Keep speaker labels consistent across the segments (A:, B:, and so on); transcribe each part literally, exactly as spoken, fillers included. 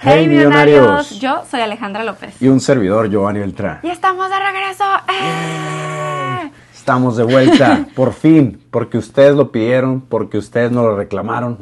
A: Hey, hey millonarios. millonarios, yo soy Alejandra López.
B: Y un servidor, Giovanni Beltrán.
A: Y estamos de regreso. ¡Eh!
B: Estamos de vuelta, por fin, porque ustedes lo pidieron, porque ustedes nos lo reclamaron,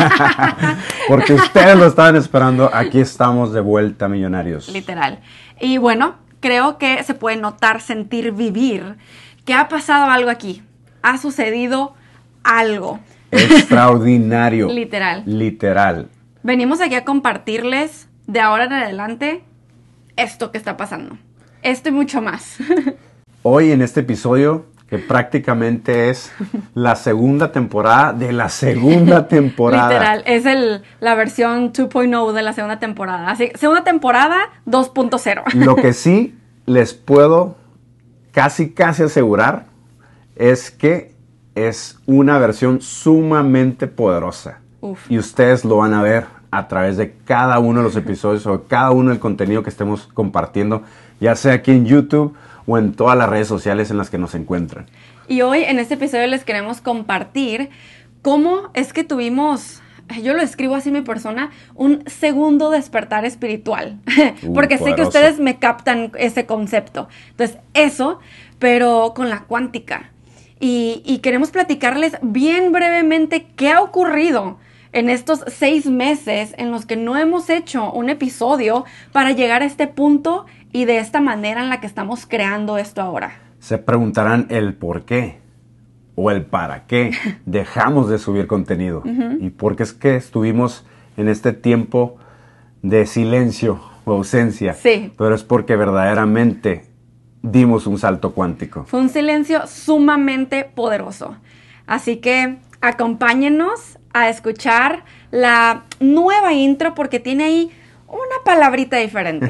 B: porque ustedes lo estaban esperando. Aquí estamos de vuelta, millonarios.
A: Literal. Y bueno, creo que se puede notar, sentir, vivir, que ha pasado algo aquí. Ha sucedido algo.
B: Extraordinario.
A: Literal.
B: Literal.
A: Venimos aquí a compartirles de ahora en adelante esto que está pasando. Esto y mucho más.
B: Hoy en este episodio, que prácticamente es la segunda temporada de la segunda temporada.
A: Literal, es el, la versión dos punto cero de la segunda temporada. Así, segunda temporada dos punto cero.
B: Lo que sí les puedo casi casi asegurar es que es una versión sumamente poderosa. Uf. Y ustedes lo van a ver a través de cada uno de los episodios o cada uno del contenido que estemos compartiendo, ya sea aquí en YouTube o en todas las redes sociales en las que nos encuentran.
A: Y hoy en este episodio les queremos compartir cómo es que tuvimos, yo lo escribo así en mi persona, un segundo despertar espiritual. Uh, Porque poderoso. Sé que ustedes me captan ese concepto. Entonces, eso, pero con la cuántica. Y, y queremos platicarles bien brevemente qué ha ocurrido en estos seis meses en los que no hemos hecho un episodio para llegar a este punto y de esta manera en la que estamos creando esto ahora.
B: Se preguntarán el por qué o el para qué dejamos de subir contenido. Uh-huh. Y por qué es que estuvimos en este tiempo de silencio o ausencia.
A: Sí.
B: Pero es porque verdaderamente dimos un salto cuántico.
A: Fue un silencio sumamente poderoso. Así que acompáñenos a escuchar la nueva intro porque tiene ahí una palabrita diferente.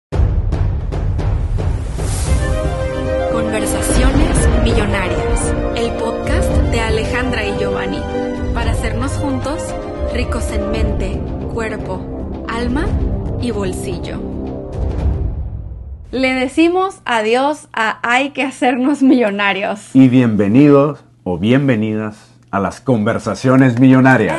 A: Conversaciones Millonarias, el podcast de Alejandra y Giovanni, para hacernos juntos ricos en mente, cuerpo, alma y bolsillo. Le decimos adiós a Hay que hacernos millonarios.
B: Y bienvenidos o bienvenidas a las Conversaciones Millonarias.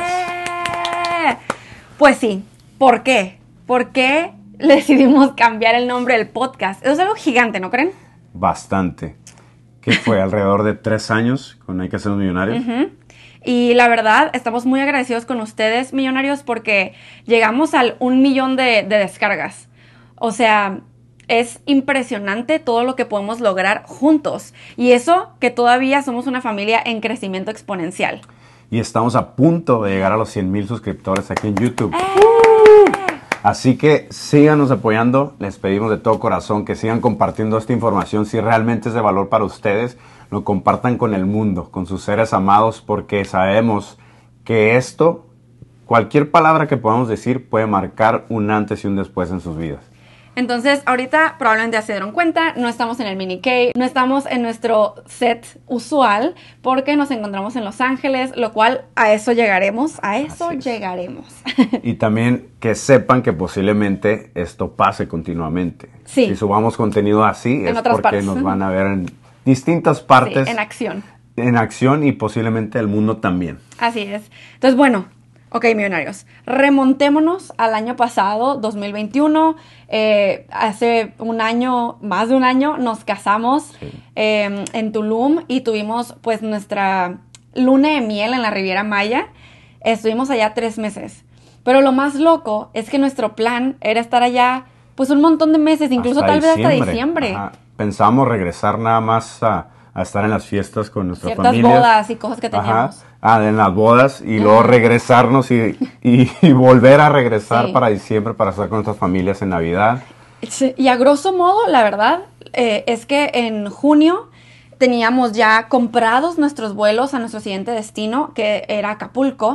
A: ¡Eh! Pues sí, ¿por qué? ¿Por qué decidimos cambiar el nombre del podcast? Es algo gigante, ¿no creen?
B: Bastante. ¿Qué fue? Alrededor de tres años con Hay que hacernos millonarios.
A: Uh-huh. Y la verdad, estamos muy agradecidos con ustedes, millonarios, porque llegamos al un millón de, de descargas. O sea, es impresionante todo lo que podemos lograr juntos. Y eso que todavía somos una familia en crecimiento exponencial.
B: Y estamos a punto de llegar a los cien mil suscriptores aquí en YouTube.
A: ¡Eh!
B: ¡Uh! Así que síganos apoyando. Les pedimos de todo corazón que sigan compartiendo esta información. Si realmente es de valor para ustedes, lo compartan con el mundo, con sus seres amados, porque sabemos que esto, cualquier palabra que podamos decir, puede marcar un antes y un después en sus vidas.
A: Entonces, ahorita probablemente ya se dieron cuenta, no estamos en el Mini K, no estamos en nuestro set usual, porque nos encontramos en Los Ángeles, lo cual a eso llegaremos, a eso llegaremos.
B: Y también que sepan que posiblemente esto pase continuamente.
A: Sí.
B: Si subamos contenido así,
A: en
B: es porque
A: partes.
B: Nos van a ver en distintas partes.
A: Sí, en acción.
B: En acción y posiblemente el mundo también.
A: Así es. Entonces, bueno. Ok, millonarios, remontémonos al año pasado, dos mil veintiuno. Eh, hace un año, más de un año, nos casamos sí. eh, en Tulum y tuvimos pues nuestra luna de miel en la Riviera Maya. Estuvimos allá tres meses. Pero lo más loco es que nuestro plan era estar allá pues un montón de meses, incluso hasta tal diciembre. vez hasta diciembre.
B: Ajá. Pensábamos regresar nada más a, a estar en las fiestas con nuestra
A: Ciertas
B: familia.
A: Ciertas bodas y cosas que teníamos.
B: Ajá. Ah, en las bodas y luego regresarnos y, y, y volver a regresar sí. para diciembre para estar con nuestras familias en Navidad.
A: Sí, y a grosso modo, la verdad, eh, es que en junio teníamos ya comprados nuestros vuelos a nuestro siguiente destino, que era Acapulco.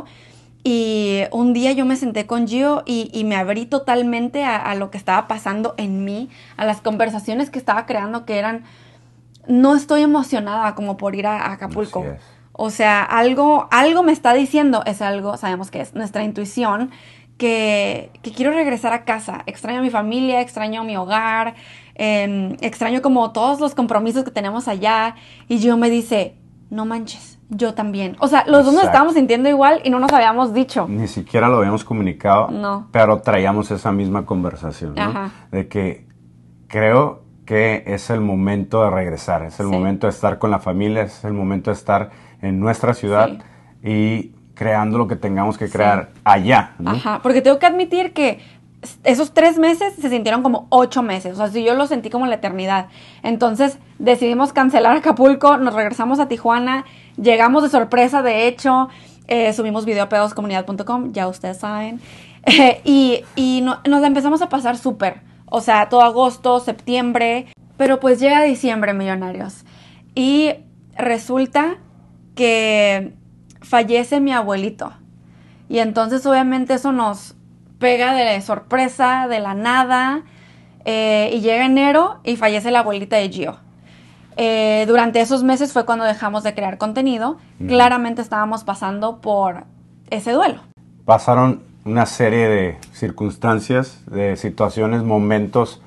A: Y un día yo me senté con Gio y, y me abrí totalmente a, a lo que estaba pasando en mí, a las conversaciones que estaba creando que eran, no estoy emocionada como por ir a, a Acapulco.
B: Así es.
A: O sea, algo, algo me está diciendo, es algo, sabemos que es nuestra intuición, que, que quiero regresar a casa. Extraño a mi familia, extraño mi hogar, eh, extraño como todos los compromisos que tenemos allá. Y Gio me dice, no manches, Yo también. O sea, los dos nos estábamos sintiendo igual y no nos habíamos dicho.
B: Ni siquiera lo habíamos comunicado.
A: No.
B: Pero traíamos esa misma conversación, ¿no?
A: Ajá.
B: De que creo que es el momento de regresar. Es el sí. momento de estar con la familia. Es el momento de estar en nuestra ciudad sí. y creando lo que tengamos que crear sí. allá, ¿no?
A: Ajá. Porque tengo que admitir que esos tres meses se sintieron como ocho meses. O sea, si yo lo sentí como la eternidad. Entonces decidimos cancelar Acapulco. Nos regresamos a Tijuana. Llegamos de sorpresa, de hecho, eh, subimos video a pedos comunidad punto com, ya ustedes saben, eh, y, y no, nos empezamos a pasar súper, o sea, todo agosto, septiembre, pero pues llega diciembre, millonarios, y resulta que fallece mi abuelito, y entonces obviamente eso nos pega de sorpresa, de la nada, eh, y llega enero y fallece la abuelita de Gio. Eh, durante esos meses fue cuando dejamos de crear contenido. Mm. Claramente estábamos pasando por ese duelo.
B: Pasaron una serie de circunstancias, de situaciones, momentos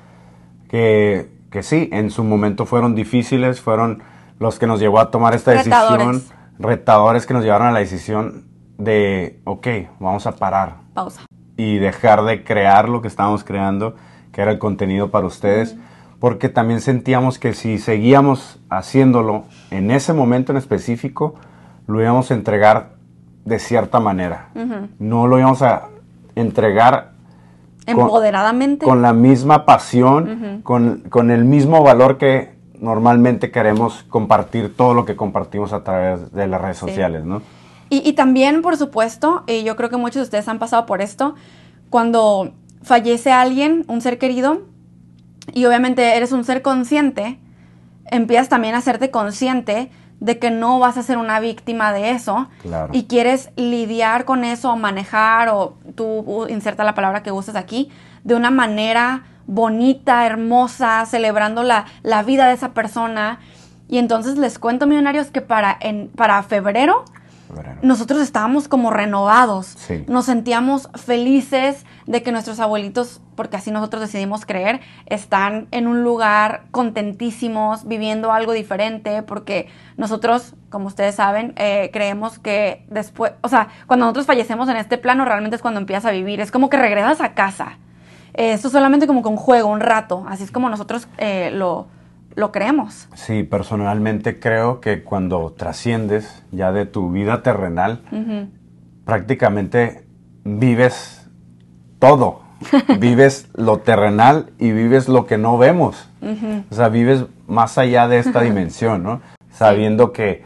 B: que, que sí, en su momento fueron difíciles, fueron los que nos llevó a tomar esta
A: retadores.
B: decisión. Retadores que nos llevaron a la decisión de, ok, vamos a parar.
A: Pausa.
B: Y dejar de crear lo que estábamos creando, que era el contenido para ustedes. Mm. Porque también sentíamos que si seguíamos haciéndolo en ese momento en específico, lo íbamos a entregar de cierta manera. Uh-huh. No lo íbamos a entregar
A: empoderadamente,
B: con, con la misma pasión, uh-huh. con, con el mismo valor que normalmente queremos compartir todo lo que compartimos a través de las redes sí. sociales, ¿no?
A: Y, y también, por supuesto, y yo creo que muchos de ustedes han pasado por esto, cuando fallece alguien, un ser querido, y obviamente eres un ser consciente, empiezas también a hacerte consciente de que no vas a ser una víctima de eso.
B: Claro.
A: Y quieres lidiar con eso o manejar, o tú inserta la palabra que gustes aquí, de una manera bonita, hermosa, celebrando la, la vida de esa persona. Y entonces les cuento, millonarios, que para, en, para febrero, febrero nosotros estábamos como renovados.
B: Sí.
A: Nos sentíamos felices de que nuestros abuelitos, porque así nosotros decidimos creer, están en un lugar contentísimos, viviendo algo diferente, porque nosotros, como ustedes saben, eh, creemos que después, o sea, cuando nosotros fallecemos en este plano, realmente es cuando empiezas a vivir, es como que regresas a casa. Eh, esto es solamente como que un juego, un rato, así es como nosotros eh, lo, lo creemos.
B: Sí, personalmente creo que cuando trasciendes ya de tu vida terrenal, uh-huh. prácticamente vives todo. Vives lo terrenal y vives lo que no vemos. Uh-huh. O sea, vives más allá de esta dimensión, ¿no? Sabiendo sí. que,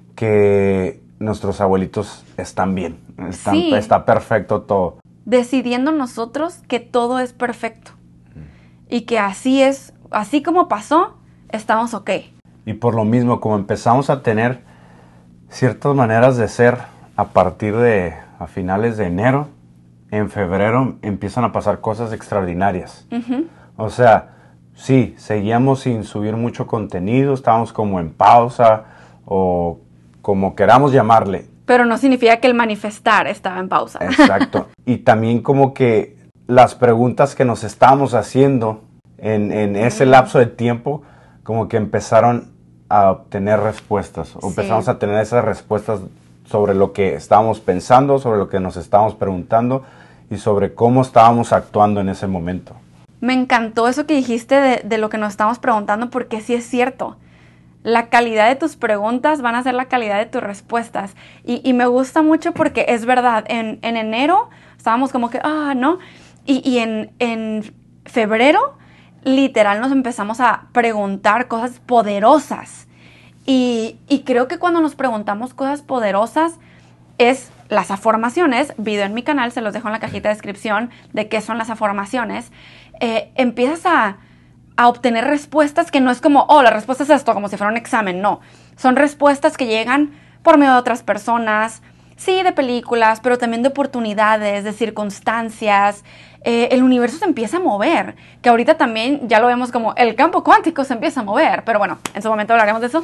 B: que nuestros abuelitos están bien. Están,
A: sí.
B: Está perfecto todo.
A: Decidiendo nosotros que todo es perfecto. Uh-huh. Y que así es, así como pasó, estamos ok.
B: Y por lo mismo, como empezamos a tener ciertas maneras de ser a partir de a finales de enero, en febrero empiezan a pasar cosas extraordinarias. Uh-huh. O sea, sí, seguíamos sin subir mucho contenido, estábamos como en pausa o como queramos llamarle.
A: Pero no significa que el manifestar estaba en pausa.
B: Exacto. Y también como que las preguntas que nos estábamos haciendo en, en ese lapso de tiempo, como que empezaron a obtener respuestas. O sí. empezamos a tener esas respuestas sobre lo que estábamos pensando, sobre lo que nos estábamos preguntando y sobre cómo estábamos actuando en ese momento.
A: Me encantó eso que dijiste de, de lo que nos estamos preguntando, porque sí es cierto. La calidad de tus preguntas van a ser la calidad de tus respuestas. Y, y me gusta mucho porque es verdad, en, en enero estábamos como que, ah, ¿no? Y, y en, en febrero, literal, nos empezamos a preguntar cosas poderosas. Y, y creo que cuando nos preguntamos cosas poderosas es las afirmaciones. Video en mi canal, se los dejo en la cajita de descripción de qué son las afirmaciones. Eh, empiezas a, a obtener respuestas que no es como, oh, la respuesta es esto, como si fuera un examen. No, son respuestas que llegan por medio de otras personas, sí, de películas, pero también de oportunidades, de circunstancias. Eh, el universo se empieza a mover, que ahorita también ya lo vemos como el campo cuántico se empieza a mover, pero bueno, en su momento hablaremos de eso.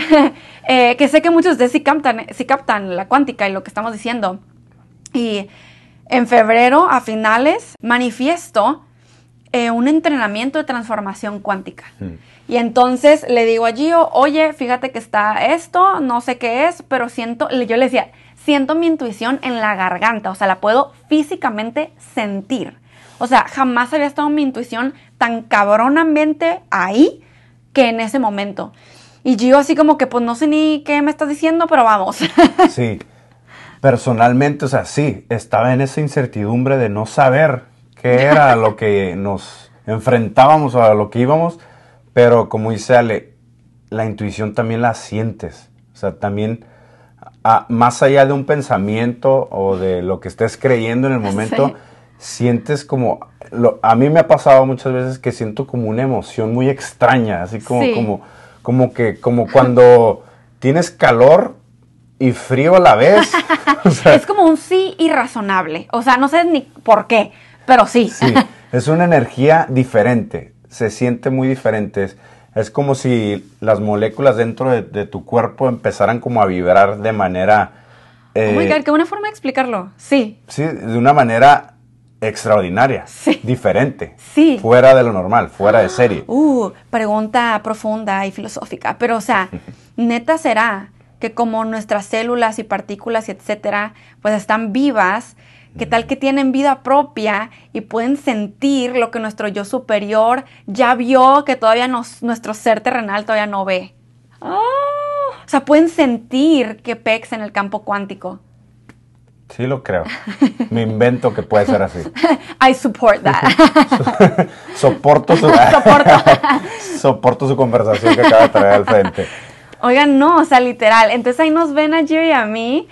A: eh, que sé que muchos de ustedes sí captan, sí captan la cuántica y lo que estamos diciendo. Y en febrero, a finales, manifiesto eh, un entrenamiento de transformación cuántica. Mm. Y entonces le digo a Gio, oye, fíjate que está esto, no sé qué es, pero siento, yo le decía, siento mi intuición en la garganta, o sea, la puedo físicamente sentir. O sea, jamás había estado mi intuición tan cabronamente ahí que en ese momento. Y Gio así como que, pues no sé ni qué me estás diciendo, pero vamos.
B: Sí, personalmente, o sea, sí, estaba en esa incertidumbre de no saber qué era lo que nos enfrentábamos o a lo que íbamos. Pero como dice Ale, la intuición también la sientes. O sea, también, a, más allá de un pensamiento o de lo que estés creyendo en el momento, sí. Sientes como... Lo, a mí me ha pasado muchas veces que siento como una emoción muy extraña. Así como, sí. como, como, que, como cuando tienes calor y frío a la vez.
A: O sea, es como un sí irrazonable. O sea, no sé ni por qué, pero sí.
B: Sí, es una energía diferente. Se siente muy diferente. Es, es como si las moléculas dentro de, de tu cuerpo empezaran como a vibrar de manera...
A: Eh, oh my God, qué buena forma de explicarlo. Sí.
B: Sí, de una manera extraordinaria.
A: Sí.
B: Diferente.
A: Sí.
B: Fuera de lo normal, fuera de serie.
A: Uh, pregunta profunda y filosófica. Pero, o sea, neta será que como nuestras células y partículas y etcétera, pues están vivas... ¿Qué tal que tienen vida propia y pueden sentir lo que nuestro yo superior ya vio que todavía nos, nuestro ser terrenal todavía no ve? Oh, o sea, pueden sentir que pex en el campo cuántico.
B: Sí lo creo. Me invento que puede ser así.
A: I support that.
B: Soporto su...
A: Soporto.
B: Soporto su conversación que acaba de traer al frente.
A: Oigan, no, o sea, literal. Entonces ahí nos ven a Gio y a mí,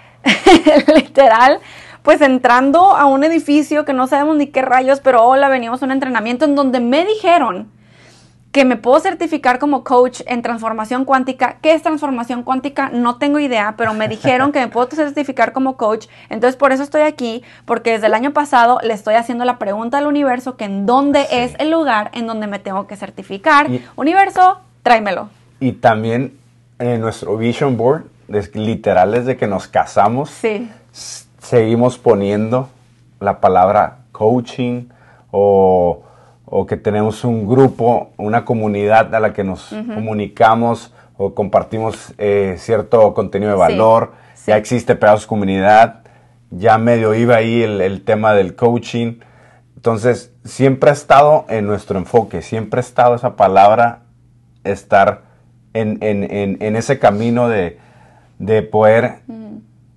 A: literal, pues entrando a un edificio que no sabemos ni qué rayos, pero hola, venimos a un entrenamiento en donde me dijeron que me puedo certificar como coach en transformación cuántica. ¿Qué es transformación cuántica? No tengo idea, pero me dijeron que me puedo certificar como coach. Entonces, por eso estoy aquí, porque desde el año pasado le estoy haciendo la pregunta al universo que en dónde sí. es el lugar en donde me tengo que certificar. Y, universo, tráemelo.
B: Y también en nuestro vision board, es, literal, desde que nos casamos,
A: sí.
B: seguimos poniendo la palabra coaching o, o que tenemos un grupo, una comunidad a la que nos uh-huh. comunicamos o compartimos eh, cierto contenido de valor. Sí, sí. Ya existe Pedazos Comunidad, ya medio iba ahí el, el tema del coaching. Entonces, siempre ha estado en nuestro enfoque, siempre ha estado esa palabra, estar en, en, en, en ese camino de, de poder... Uh-huh.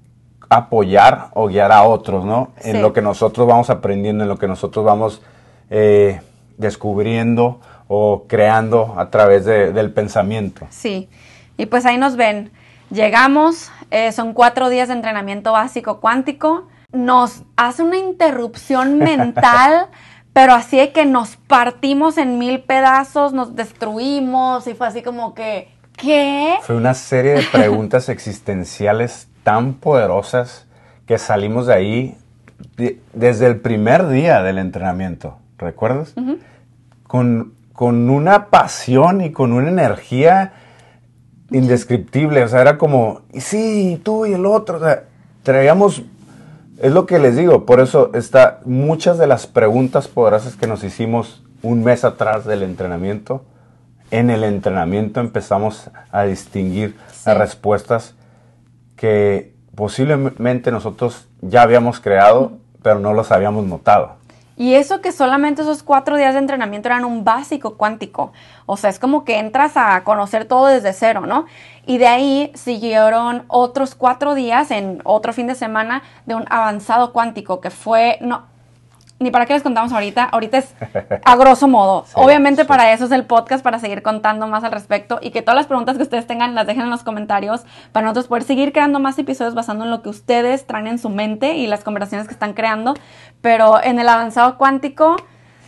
B: apoyar o guiar a otros, ¿no? Sí. En lo que nosotros vamos aprendiendo, en lo que nosotros vamos eh, descubriendo o creando a través de, del pensamiento.
A: Sí, y pues ahí nos ven. Llegamos, eh, son cuatro días de entrenamiento básico cuántico, nos hace una interrupción mental, pero así de que nos partimos en mil pedazos, nos destruimos y fue así como que, ¿qué?
B: Fue una serie de preguntas existenciales tan poderosas que salimos de ahí de, desde el primer día del entrenamiento, ¿recuerdas? Uh-huh. Con, con una pasión y con una energía indescriptible, o sea, era como, y sí, tú y el otro, o sea, traíamos, es lo que les digo, por eso está, muchas de las preguntas poderosas que nos hicimos un mes atrás del entrenamiento, en el entrenamiento empezamos a distinguir sí. las respuestas que posiblemente nosotros ya habíamos creado, pero no los habíamos notado.
A: Y eso que solamente esos cuatro días de entrenamiento eran un básico cuántico. O sea, es como que entras a conocer todo desde cero, ¿no? Y de ahí siguieron otros cuatro días en otro fin de semana de un avanzado cuántico que fue... no ni para qué les contamos ahorita, ahorita es a grosso modo. Sí, Obviamente sí. para eso es el podcast, para seguir contando más al respecto y que todas las preguntas que ustedes tengan las dejen en los comentarios para nosotros poder seguir creando más episodios basando en lo que ustedes traen en su mente y las conversaciones que están creando. Pero en el avanzado cuántico,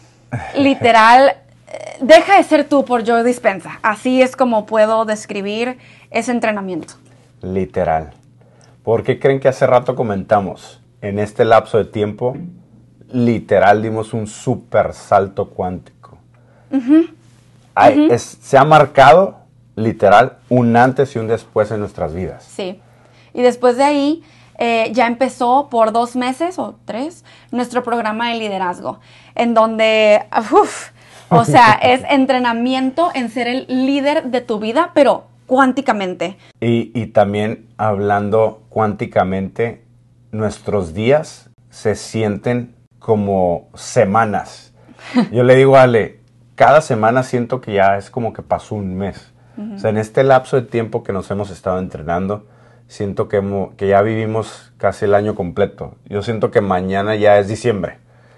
A: literal, deja de ser tú por Joe Dispenza. Así es como puedo describir ese entrenamiento.
B: Literal. ¿Por qué creen que hace rato comentamos en este lapso de tiempo? Literal dimos un super salto cuántico. Uh-huh. Hay, uh-huh. es, se ha marcado literal un antes y un después en nuestras vidas.
A: Sí. Y después de ahí eh, ya empezó por dos meses o tres nuestro programa de liderazgo, en donde, uf, o sea, es entrenamiento en ser el líder de tu vida, pero cuánticamente.
B: Y, y también hablando cuánticamente, nuestros días se sienten como semanas. Yo le digo a Ale, cada semana siento que ya es como que pasó un mes. Uh-huh. O sea, en este lapso de tiempo que nos hemos estado entrenando, siento que, hemos, que ya vivimos casi el año completo. Yo siento que mañana ya es diciembre.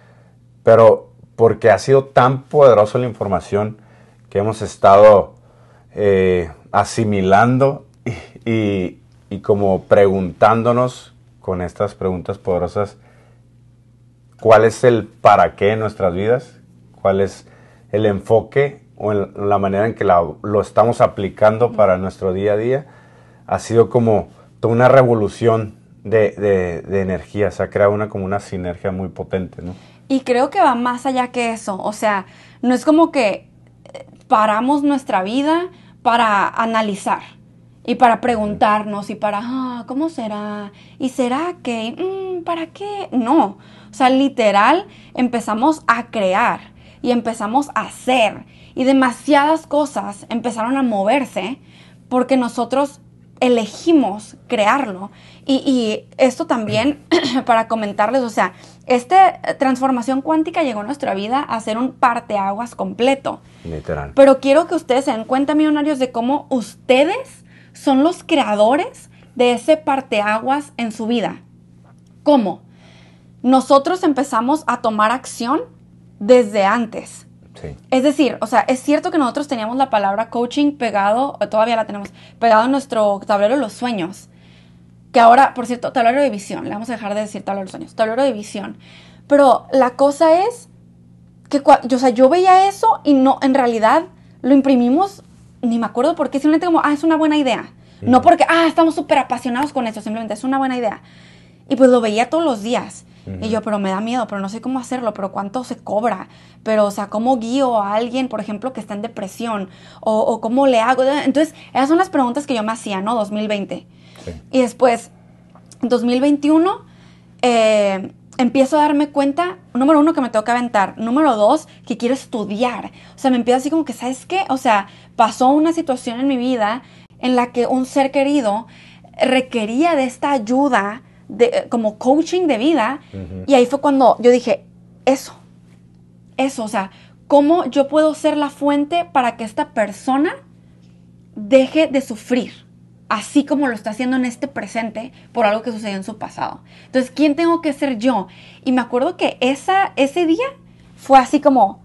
B: Pero porque ha sido tan poderosa la información que hemos estado eh, asimilando y, y, y como preguntándonos con estas preguntas poderosas, ¿cuál es el para qué en nuestras vidas? ¿Cuál es el enfoque o el, la manera en que la, lo estamos aplicando para nuestro día a día? Ha sido como toda una revolución de, de, de energía. Se ha creado una, como una sinergia muy potente, ¿no?
A: Y creo que va más allá que eso. O sea, no es como que paramos nuestra vida para analizar y para preguntarnos y para, ah, ¿cómo será? ¿Y será que? Mm, ¿para qué? No. O sea, literal, empezamos a crear y empezamos a hacer. Y demasiadas cosas empezaron a moverse porque nosotros elegimos crearlo. Y, y esto también, para comentarles, o sea, esta transformación cuántica llegó a nuestra vida a ser un parteaguas completo.
B: Literal.
A: Pero quiero que ustedes se den cuenta, millonarios, de cómo ustedes son los creadores de ese parteaguas en su vida. ¿Cómo? Nosotros empezamos a tomar acción desde antes.
B: Sí.
A: Es decir, o sea, es cierto que nosotros teníamos la palabra coaching pegado, o todavía la tenemos, pegado en nuestro tablero de los sueños. Que ahora, por cierto, tablero de visión. Le vamos a dejar de decir tablero de los sueños. Tablero de visión. Pero la cosa es que yo, o sea, yo veía eso y no, en realidad lo imprimimos, ni me acuerdo por qué, simplemente como, ah, es una buena idea. Mm. No porque, ah, estamos súper apasionados con eso, simplemente es una buena idea. Y pues lo veía todos los días. Uh-huh. Y yo, pero me da miedo, pero no sé cómo hacerlo, pero cuánto se cobra. Pero, o sea, ¿cómo guío a alguien, por ejemplo, que está en depresión? O, o ¿cómo le hago? Entonces, esas son las preguntas que yo me hacía, ¿no? dos mil veinte. Sí. Y después, dos mil veintiuno, eh, empiezo a darme cuenta, número uno, que me tengo que aventar. Número dos, que quiero estudiar. O sea, me empiezo así como que, ¿sabes qué? O sea, pasó una situación en mi vida en la que un ser querido requería de esta ayuda de, como coaching de vida. Uh-huh. Y ahí fue cuando yo dije, eso, eso, o sea, ¿cómo yo puedo ser la fuente para que esta persona deje de sufrir? Así como lo está haciendo en este presente por algo que sucedió en su pasado. Entonces, ¿quién tengo que ser yo? Y me acuerdo que esa, ese día fue así como,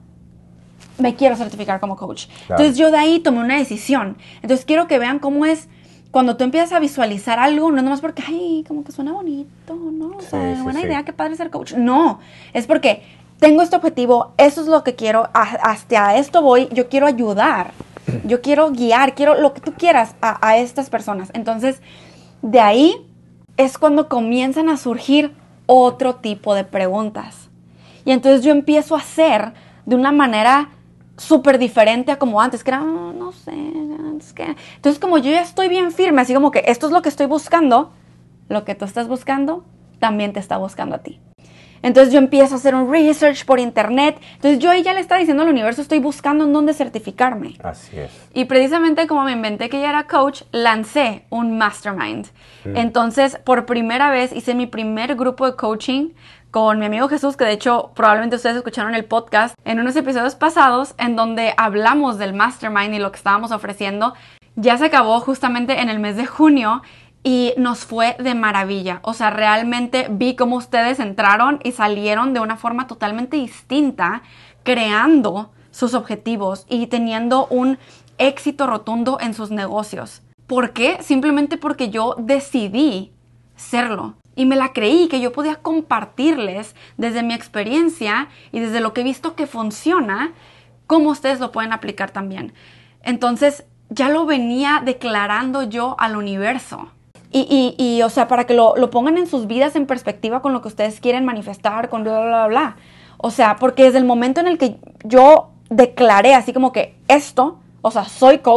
A: me quiero certificar como coach. Claro. Entonces, yo de ahí tomé una decisión. Entonces, quiero que vean cómo es cuando tú empiezas a visualizar algo, no es nomás porque, ay, como que suena bonito, ¿no? O sea, sí, buena sí, idea, sí. Qué padre ser coach. No, es porque tengo este objetivo, eso es lo que quiero, hasta esto voy, yo quiero ayudar. Yo quiero guiar, quiero lo que tú quieras a, a estas personas. Entonces, de ahí es cuando comienzan a surgir otro tipo de preguntas. Y entonces yo empiezo a hacer de una manera súper diferente a como antes, que era, oh, no sé, antes que... Entonces, como yo ya estoy bien firme, así como que esto es lo que estoy buscando, lo que tú estás buscando, también te está buscando a ti. Entonces yo empiezo a hacer un research por internet. Entonces yo ahí ya le estaba diciendo al universo, estoy buscando en dónde certificarme.
B: Así es.
A: Y precisamente como me inventé que ya era coach, lancé un mastermind. Mm. Entonces por primera vez hice mi primer grupo de coaching con mi amigo Jesús, que de hecho probablemente ustedes escucharon el podcast en unos episodios pasados en donde hablamos del mastermind y lo que estábamos ofreciendo. Ya se acabó justamente en el mes de junio. Y nos fue de maravilla. O sea, realmente vi cómo ustedes entraron y salieron de una forma totalmente distinta, creando sus objetivos y teniendo un éxito rotundo en sus negocios. ¿Por qué? Simplemente porque yo decidí serlo. Y me la creí que yo podía compartirles desde mi experiencia y desde lo que he visto que funciona, cómo ustedes lo pueden aplicar también. Entonces, ya lo venía declarando yo al universo. Y, y, y, o sea, para que lo, lo pongan en sus vidas en perspectiva con lo que ustedes quieren manifestar, con bla, bla, bla, bla. O sea, porque desde el momento en el que yo declaré así como que esto, o sea, soy coach,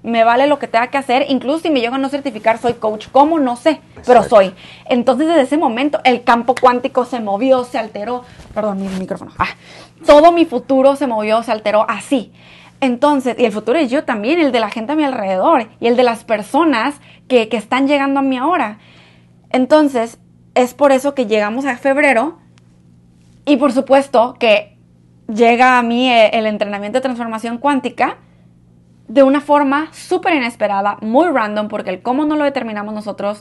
A: me vale lo que tenga que hacer, incluso si me llego a no certificar, soy coach, ¿cómo? No sé, pero soy. Entonces, desde ese momento, el campo cuántico se movió, se alteró, perdón, mi micrófono, ah, todo mi futuro se movió, se alteró así. Entonces, y el futuro es yo también, el de la gente a mi alrededor, y el de las personas que, que están llegando a mí ahora. Entonces, es por eso que llegamos a febrero, y por supuesto que llega a mí el entrenamiento de transformación cuántica, de una forma súper inesperada, muy random, porque el cómo no lo determinamos nosotros,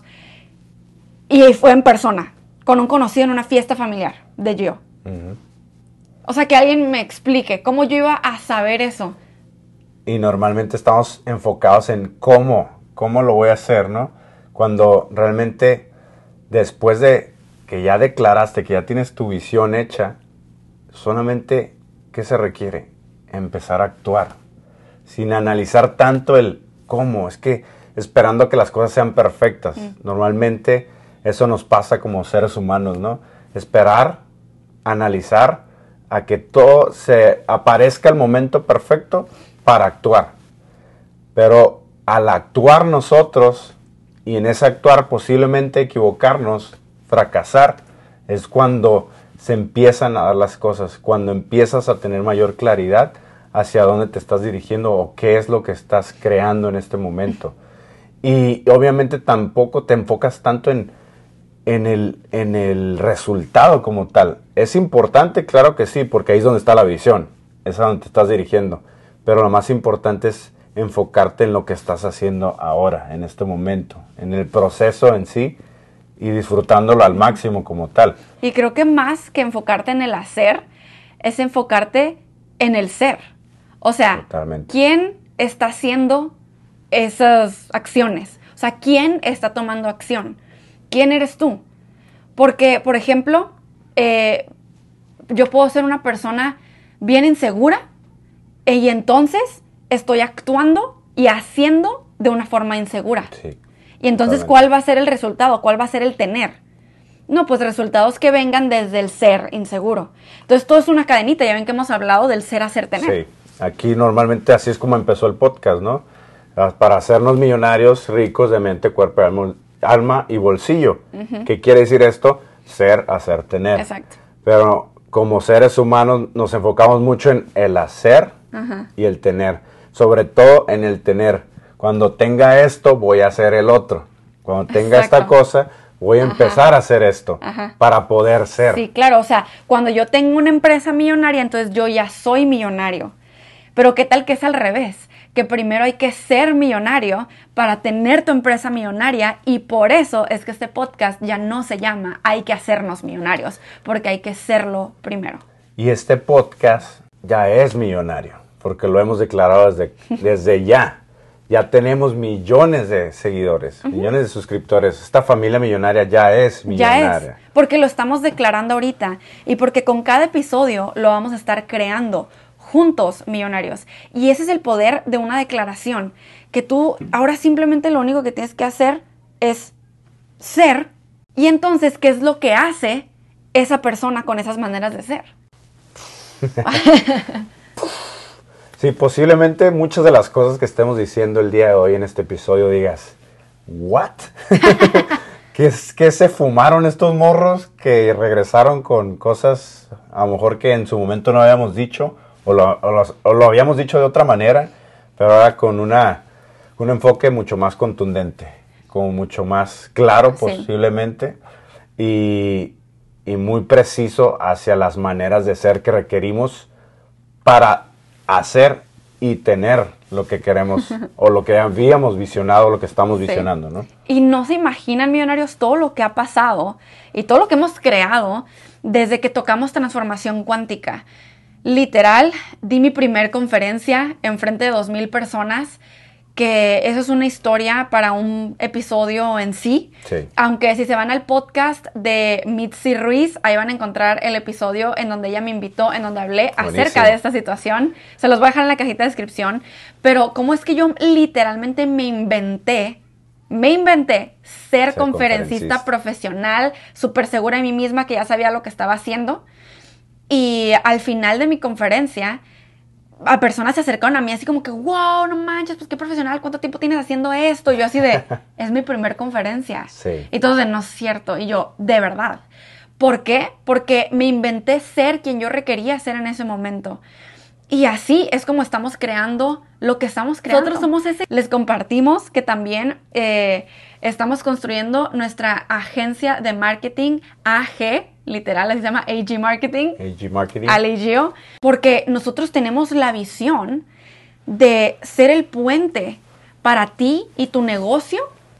A: y fue en persona, con un conocido en una fiesta familiar de Gio. Uh-huh. O sea, que alguien me explique cómo yo iba a saber eso.
B: Y normalmente estamos enfocados en cómo, cómo lo voy a hacer, ¿no? Cuando realmente, después de que ya declaraste, que ya tienes tu visión hecha, solamente, ¿qué se requiere? Empezar a actuar. Sin analizar tanto el cómo, es que esperando que las cosas sean perfectas. Mm. Normalmente eso nos pasa como seres humanos, ¿no? Esperar, analizar, a que todo se aparezca el momento perfecto para actuar. Pero al actuar nosotros, y en ese actuar posiblemente equivocarnos, fracasar, es cuando se empiezan a dar las cosas, cuando empiezas a tener mayor claridad hacia dónde te estás dirigiendo o qué es lo que estás creando en este momento. Y obviamente tampoco te enfocas tanto en, en, el, en el resultado como tal. Es importante, claro que sí, porque ahí es donde está la visión, es a donde te estás dirigiendo. Pero lo más importante es enfocarte en lo que estás haciendo ahora, en este momento, en el proceso en sí y disfrutándolo al máximo como tal.
A: Y creo que más que enfocarte en el hacer, es enfocarte en el ser. O sea, totalmente. ¿Quién está haciendo esas acciones? O sea, ¿quién está tomando acción? ¿Quién eres tú? Porque, por ejemplo, eh, yo puedo ser una persona bien insegura y entonces estoy actuando y haciendo de una forma insegura. Sí, y entonces, totalmente. ¿Cuál va a ser el resultado? ¿Cuál va a ser el tener? No, pues resultados que vengan desde el ser inseguro. Entonces, todo es una cadenita. Ya ven que hemos hablado del ser, hacer, tener.
B: Sí. Aquí normalmente así es como empezó el podcast, ¿no? Para hacernos millonarios, ricos de mente, cuerpo, alma y bolsillo. Uh-huh. ¿Qué quiere decir esto? Ser, hacer, tener.
A: Exacto.
B: Pero como seres humanos nos enfocamos mucho en el hacer uh-huh. y el tener. Sobre todo en el tener. Cuando tenga esto, voy a hacer el otro. Cuando tenga Exacto. esta cosa, voy a Ajá. empezar a hacer esto Ajá. para poder ser.
A: Sí, claro. O sea, cuando yo tengo una empresa millonaria, entonces yo ya soy millonario. Pero ¿qué tal que es al revés? Que primero hay que ser millonario para tener tu empresa millonaria, y por eso es que este podcast ya no se llama Hay que hacernos millonarios, porque hay que serlo primero.
B: Y este podcast ya es millonario, porque lo hemos declarado desde, desde ya. Ya tenemos millones de seguidores, uh-huh. millones de suscriptores. Esta familia millonaria ya es millonaria.
A: Ya es, porque lo estamos declarando ahorita y porque con cada episodio lo vamos a estar creando juntos, millonarios. Y ese es el poder de una declaración, que tú ahora simplemente lo único que tienes que hacer es ser, y entonces, ¿qué es lo que hace esa persona con esas maneras de ser?
B: Sí, posiblemente muchas de las cosas que estemos diciendo el día de hoy en este episodio digas, ¿what? ¿Qué, ¿Qué se fumaron estos morros que regresaron con cosas a lo mejor que en su momento no habíamos dicho? O lo, o, lo, o lo habíamos dicho de otra manera, pero ahora con una, un enfoque mucho más contundente, como mucho más claro sí. posiblemente, y, y muy preciso hacia las maneras de ser que requerimos para hacer y tener lo que queremos o lo que habíamos visionado, lo que estamos visionando, sí. ¿no?
A: Y no se imaginan, millonarios, todo lo que ha pasado y todo lo que hemos creado desde que tocamos transformación cuántica. Literal, di mi primer conferencia en frente de dos mil personas, que eso es una historia para un episodio en sí. sí. Aunque si se van al podcast de Mitzi Ruiz, ahí van a encontrar el episodio en donde ella me invitó, en donde hablé Buenísimo. acerca de esta situación. Se los voy a dejar en la cajita de descripción. Pero cómo es que yo literalmente me inventé, me inventé ser, ser conferencista, conferencista profesional, súper segura de mí misma, que ya sabía lo que estaba haciendo. Y al final de mi conferencia, a personas se acercaron a mí así como que, wow, no manches, pues qué profesional, ¿cuánto tiempo tienes haciendo esto? Y yo así de, es mi primer conferencia.
B: Sí.
A: Y todos de, no es cierto. Y yo, de verdad. ¿Por qué? Porque me inventé ser quien yo requería ser en ese momento. Y así es como estamos creando lo que estamos creando. Nosotros somos ese. Les compartimos que también eh, estamos construyendo nuestra agencia de marketing A G, literal, así se llama A G Marketing.
B: A G Marketing.
A: Allegio, porque nosotros tenemos la visión de ser el puente para ti y tu negocio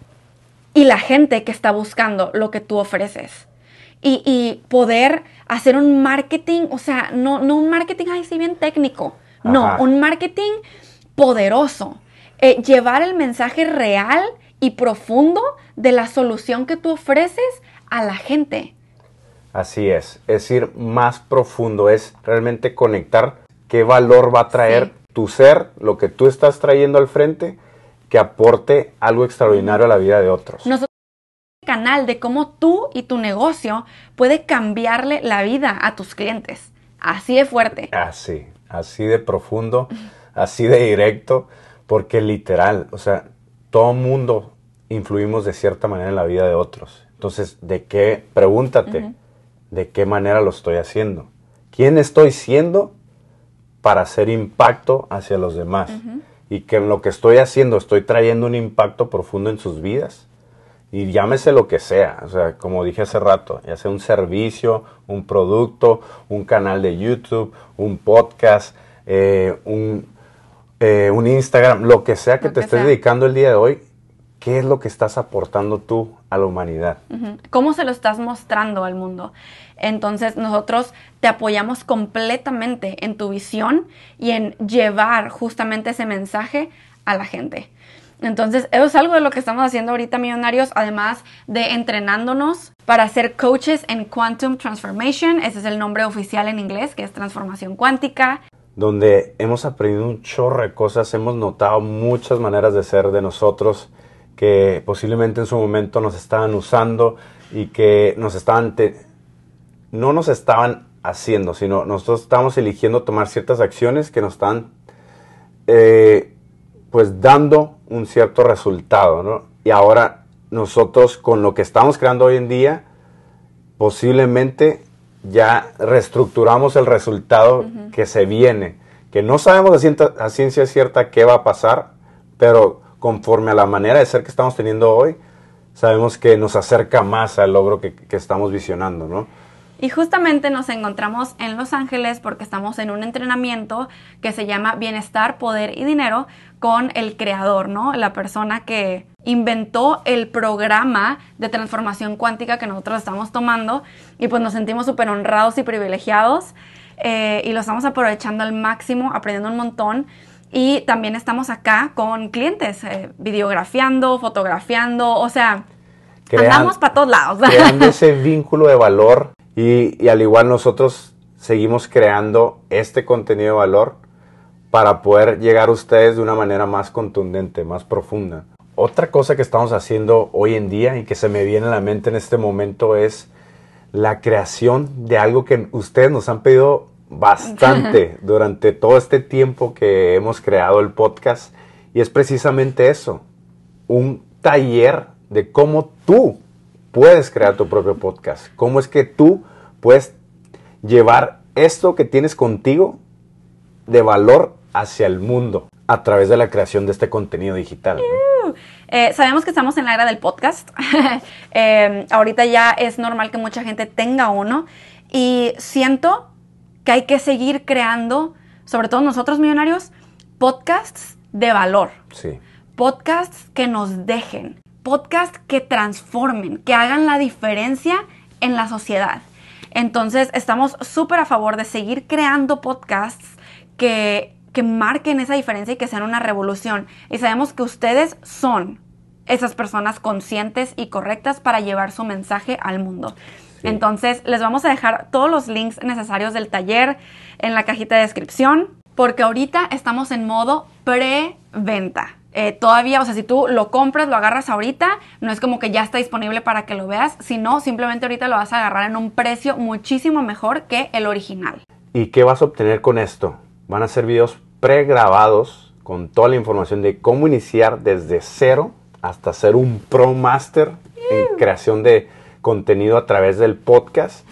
A: y la gente que está buscando lo que tú ofreces. Y, y poder hacer un marketing, o sea, no, no un marketing así bien técnico, no,
B: Ajá.
A: un marketing poderoso. Eh, llevar el mensaje real y profundo de la solución que tú ofreces a la gente.
B: Así es, es ir más profundo, es realmente conectar qué valor va a traer sí. tu ser, lo que tú estás trayendo al frente, que aporte algo extraordinario a la vida de otros.
A: Nosotros canal de cómo tú y tu negocio puede cambiarle la vida a tus clientes. Así de fuerte.
B: Así, así de profundo, así de directo, porque literal, o sea, todo mundo influimos de cierta manera en la vida de otros. Entonces, ¿de qué? Pregúntate, uh-huh. ¿de qué manera lo estoy haciendo? ¿Quién estoy siendo para hacer impacto hacia los demás? Uh-huh. Y que en lo que estoy haciendo estoy trayendo un impacto profundo en sus vidas. Y llámese lo que sea, o sea, como dije hace rato, ya sea un servicio, un producto, un canal de YouTube, un podcast, eh, un, eh, un Instagram, lo que sea que lo te que estés sea. dedicando el día de hoy, ¿qué es lo que estás aportando tú a la humanidad?
A: Uh-huh. ¿Cómo se lo estás mostrando al mundo? Entonces nosotros te apoyamos completamente en tu visión y en llevar justamente ese mensaje a la gente. Entonces, eso es algo de lo que estamos haciendo ahorita, millonarios, además de entrenándonos para ser coaches en Quantum Transformation. Ese es el nombre oficial en inglés, que es transformación cuántica.
B: Donde hemos aprendido un chorro de cosas, hemos notado muchas maneras de ser de nosotros que posiblemente en su momento nos estaban usando y que nos estaban, te- no nos estaban haciendo, sino nosotros estábamos eligiendo tomar ciertas acciones que nos están eh, pues dando un cierto resultado, ¿no? Y ahora nosotros con lo que estamos creando hoy en día, posiblemente ya reestructuramos el resultado uh-huh. que se viene, que no sabemos a ciencia, a ciencia cierta qué va a pasar, pero conforme a la manera de ser que estamos teniendo hoy, sabemos que nos acerca más al logro que, que estamos visionando, ¿no?
A: Y justamente nos encontramos en Los Ángeles porque estamos en un entrenamiento que se llama Bienestar, Poder y Dinero con el creador, ¿no? La persona que inventó el programa de transformación cuántica que nosotros estamos tomando y pues nos sentimos súper honrados y privilegiados eh, y lo estamos aprovechando al máximo, aprendiendo un montón. Y también estamos acá con clientes, eh, videografiando, fotografiando, o sea, Crean, andamos para todos lados.
B: Creando ese vínculo de valor. Y, y al igual nosotros seguimos creando este contenido de valor para poder llegar a ustedes de una manera más contundente, más profunda. Otra cosa que estamos haciendo hoy en día y que se me viene a la mente en este momento es la creación de algo que ustedes nos han pedido bastante durante todo este tiempo que hemos creado el podcast. Y es precisamente eso, un taller de cómo tú puedes crear tu propio podcast. ¿Cómo es que tú puedes llevar esto que tienes contigo de valor hacia el mundo a través de la creación de este contenido digital, ¿no?
A: Uh, eh, sabemos que estamos en la era del podcast. eh, ahorita ya es normal que mucha gente tenga uno. Y siento que hay que seguir creando, sobre todo nosotros millonarios, podcasts de valor.
B: Sí.
A: Podcasts que nos dejen. Podcasts que transformen, que hagan la diferencia en la sociedad. Entonces, estamos súper a favor de seguir creando podcasts que, que marquen esa diferencia y que sean una revolución. Y sabemos que ustedes son esas personas conscientes y correctas para llevar su mensaje al mundo. Sí. Entonces, les vamos a dejar todos los links necesarios del taller en la cajita de descripción, porque ahorita estamos en modo preventa. Eh, todavía, o sea, si tú lo compras, lo agarras ahorita, no es como que ya está disponible para que lo veas, sino simplemente ahorita lo vas a agarrar en un precio muchísimo mejor que el original.
B: ¿Y qué vas a obtener con esto? Van a ser videos pregrabados con toda la información de cómo iniciar desde cero hasta ser un Pro Master en creación de contenido a través del podcast.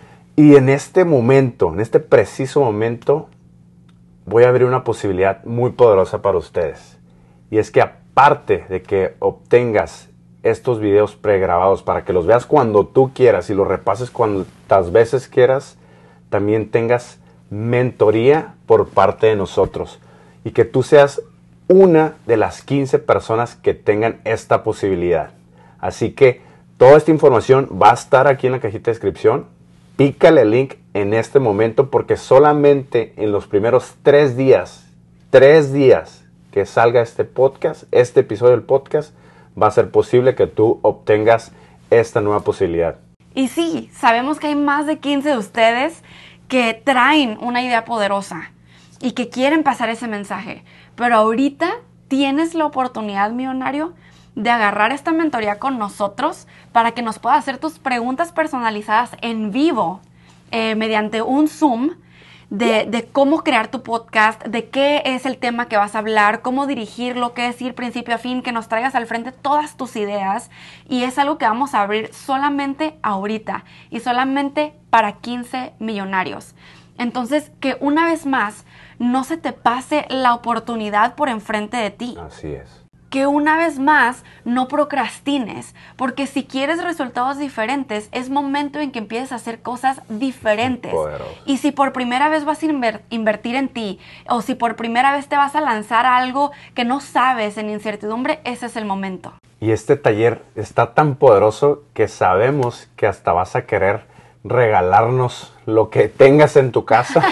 B: Y en este momento, en este preciso momento, voy a abrir una posibilidad muy poderosa para ustedes. Y es que aparte de que obtengas estos videos pregrabados para que los veas cuando tú quieras y los repases cuantas veces quieras, también tengas mentoría por parte de nosotros. Y que tú seas una de las quince personas que tengan esta posibilidad. Así que toda esta información va a estar aquí en la cajita de descripción. Pícale el link en este momento porque solamente en los primeros tres días, tres días que salga este podcast, este episodio del podcast, va a ser posible que tú obtengas esta nueva posibilidad.
A: Y sí, sabemos que hay más de quince de ustedes que traen una idea poderosa y que quieren pasar ese mensaje. Pero ahorita tienes la oportunidad, millonario, de agarrar esta mentoría con nosotros para que nos puedas hacer tus preguntas personalizadas en vivo eh, mediante un Zoom de, de cómo crear tu podcast, de qué es el tema que vas a hablar, cómo dirigirlo, qué decir principio a fin, que nos traigas al frente todas tus ideas. Y es algo que vamos a abrir solamente ahorita y solamente para quince millonarios. Entonces, que una vez más no se te pase la oportunidad por enfrente de ti.
B: Así es.
A: Que una vez más no procrastines, porque si quieres resultados diferentes, es momento en que empieces a hacer cosas diferentes.
B: Poderoso.
A: Y si por primera vez vas a inver- invertir en ti, o si por primera vez te vas a lanzar a algo que no sabes en incertidumbre, ese es el momento.
B: Y este taller está tan poderoso que sabemos que hasta vas a querer regalarnos lo que tengas en tu casa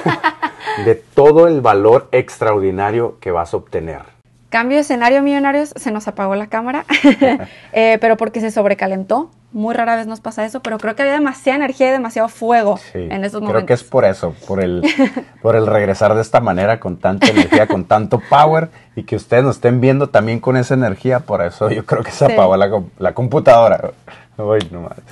B: de todo el valor extraordinario que vas a obtener.
A: Cambio de escenario, millonarios, se nos apagó la cámara, eh, pero porque se sobrecalentó. Muy rara vez nos pasa eso, pero creo que había demasiada energía y demasiado fuego
B: sí,
A: en estos
B: creo
A: momentos.
B: Creo que es por eso, por el, por el regresar de esta manera, con tanta energía, con tanto power, y que ustedes nos estén viendo también con esa energía, por eso yo creo que se sí. apagó la, la computadora. Uy, no más.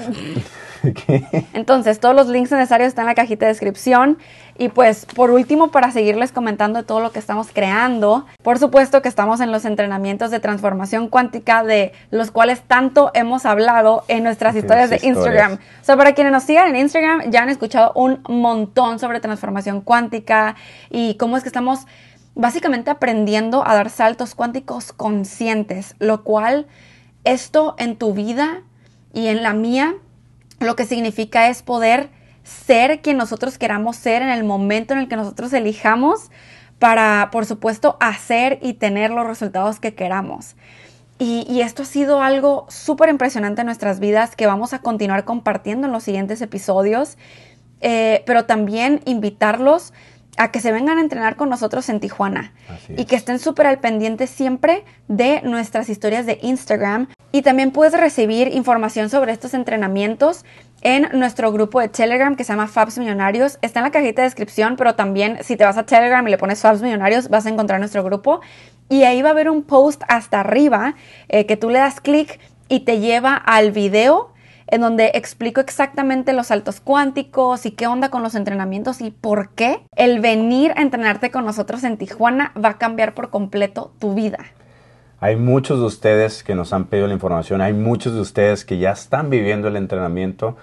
A: Entonces, todos los links necesarios están en la cajita de descripción. Y pues, por último, para seguirles comentando de todo lo que estamos creando, por supuesto que estamos en los entrenamientos de transformación cuántica, de los cuales tanto hemos hablado en nuestras historias de Instagram. Historias. O sea, para quienes nos sigan en Instagram, ya han escuchado un montón sobre transformación cuántica y cómo es que estamos básicamente aprendiendo a dar saltos cuánticos conscientes, lo cual esto en tu vida y en la mía, lo que significa es poder ser quien nosotros queramos ser en el momento en el que nosotros elijamos para, por supuesto, hacer y tener los resultados que queramos. Y, y esto ha sido algo súper impresionante en nuestras vidas que vamos a continuar compartiendo en los siguientes episodios, eh, pero también invitarlos a que se vengan a entrenar con nosotros en Tijuana y que estén súper al pendiente siempre de nuestras historias de Instagram. Y también puedes recibir información sobre estos entrenamientos en nuestro grupo de Telegram que se llama Fabs Millonarios. Está en la cajita de descripción, pero también si te vas a Telegram y le pones Fabs Millonarios vas a encontrar nuestro grupo. Y ahí va a haber un post hasta arriba eh, que tú le das clic y te lleva al video en donde explico exactamente los saltos cuánticos y qué onda con los entrenamientos y por qué el venir a entrenarte con nosotros en Tijuana va a cambiar por completo tu vida.
B: Hay muchos de ustedes que nos han pedido la información, hay muchos de ustedes que ya están viviendo el entrenamiento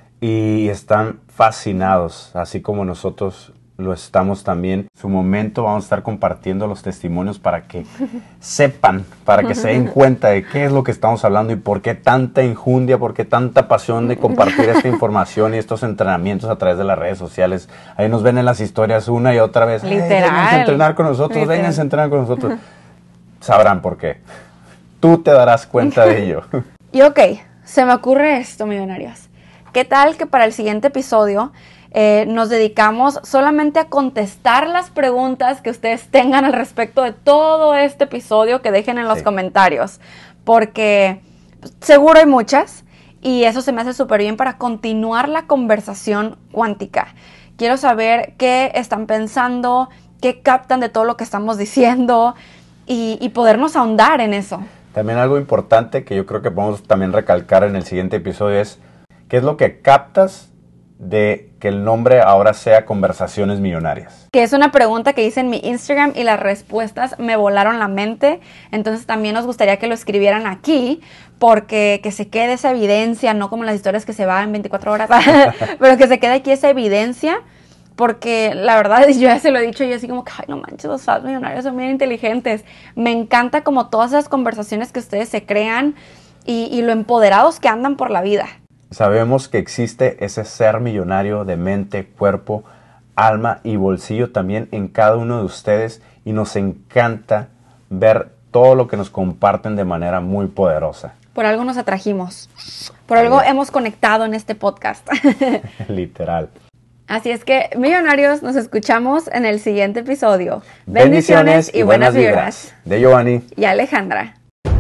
B: y están fascinados, así como nosotros lo estamos también. En su momento vamos a estar compartiendo los testimonios para que sepan, para que se den cuenta de qué es lo que estamos hablando y por qué tanta injundia, por qué tanta pasión de compartir esta información y estos entrenamientos a través de las redes sociales. Ahí nos ven en las historias una y otra vez.
A: Literal.
B: Vénganse a entrenar con nosotros,
A: Literal.
B: vénganse a entrenar con nosotros. Sabrán por qué. Tú te darás cuenta de ello.
A: Y ok, se me ocurre esto, millonarios. ¿Qué tal que para el siguiente episodio eh, nos dedicamos solamente a contestar las preguntas que ustedes tengan al respecto de todo este episodio, que dejen en los sí. comentarios? Porque seguro hay muchas y eso se me hace súper bien para continuar la conversación cuántica. Quiero saber qué están pensando, qué captan de todo lo que estamos diciendo y, y podernos ahondar en eso.
B: También algo importante que yo creo que podemos también recalcar en el siguiente episodio es qué es lo que captas de que el nombre ahora sea Conversaciones Millonarias?
A: Que es una pregunta que hice en mi Instagram y las respuestas me volaron la mente. Entonces también nos gustaría que lo escribieran aquí, porque que se quede esa evidencia, no como las historias que se van en veinticuatro horas, pero que se quede aquí esa evidencia, porque la verdad yo ya se lo he dicho, yo así como que, ay, no manches, los fast millonarios son bien inteligentes. Me encanta como todas esas conversaciones que ustedes se crean y, y lo empoderados que andan por la vida.
B: Sabemos que existe ese ser millonario de mente, cuerpo, alma y bolsillo también en cada uno de ustedes, y nos encanta ver todo lo que nos comparten de manera muy poderosa.
A: Por algo nos atrajimos, por algo hemos conectado en este podcast.
B: Literal.
A: Así es que, millonarios, nos escuchamos en el siguiente episodio.
B: Bendiciones, Bendiciones y, y buenas vibras. De Giovanni
A: y Alejandra.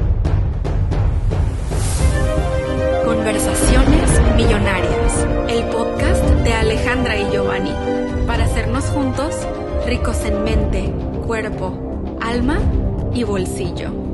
A: Conversaciones Millonarias, el podcast de Alejandra y Giovanni, para hacernos juntos ricos en mente, cuerpo, alma y bolsillo.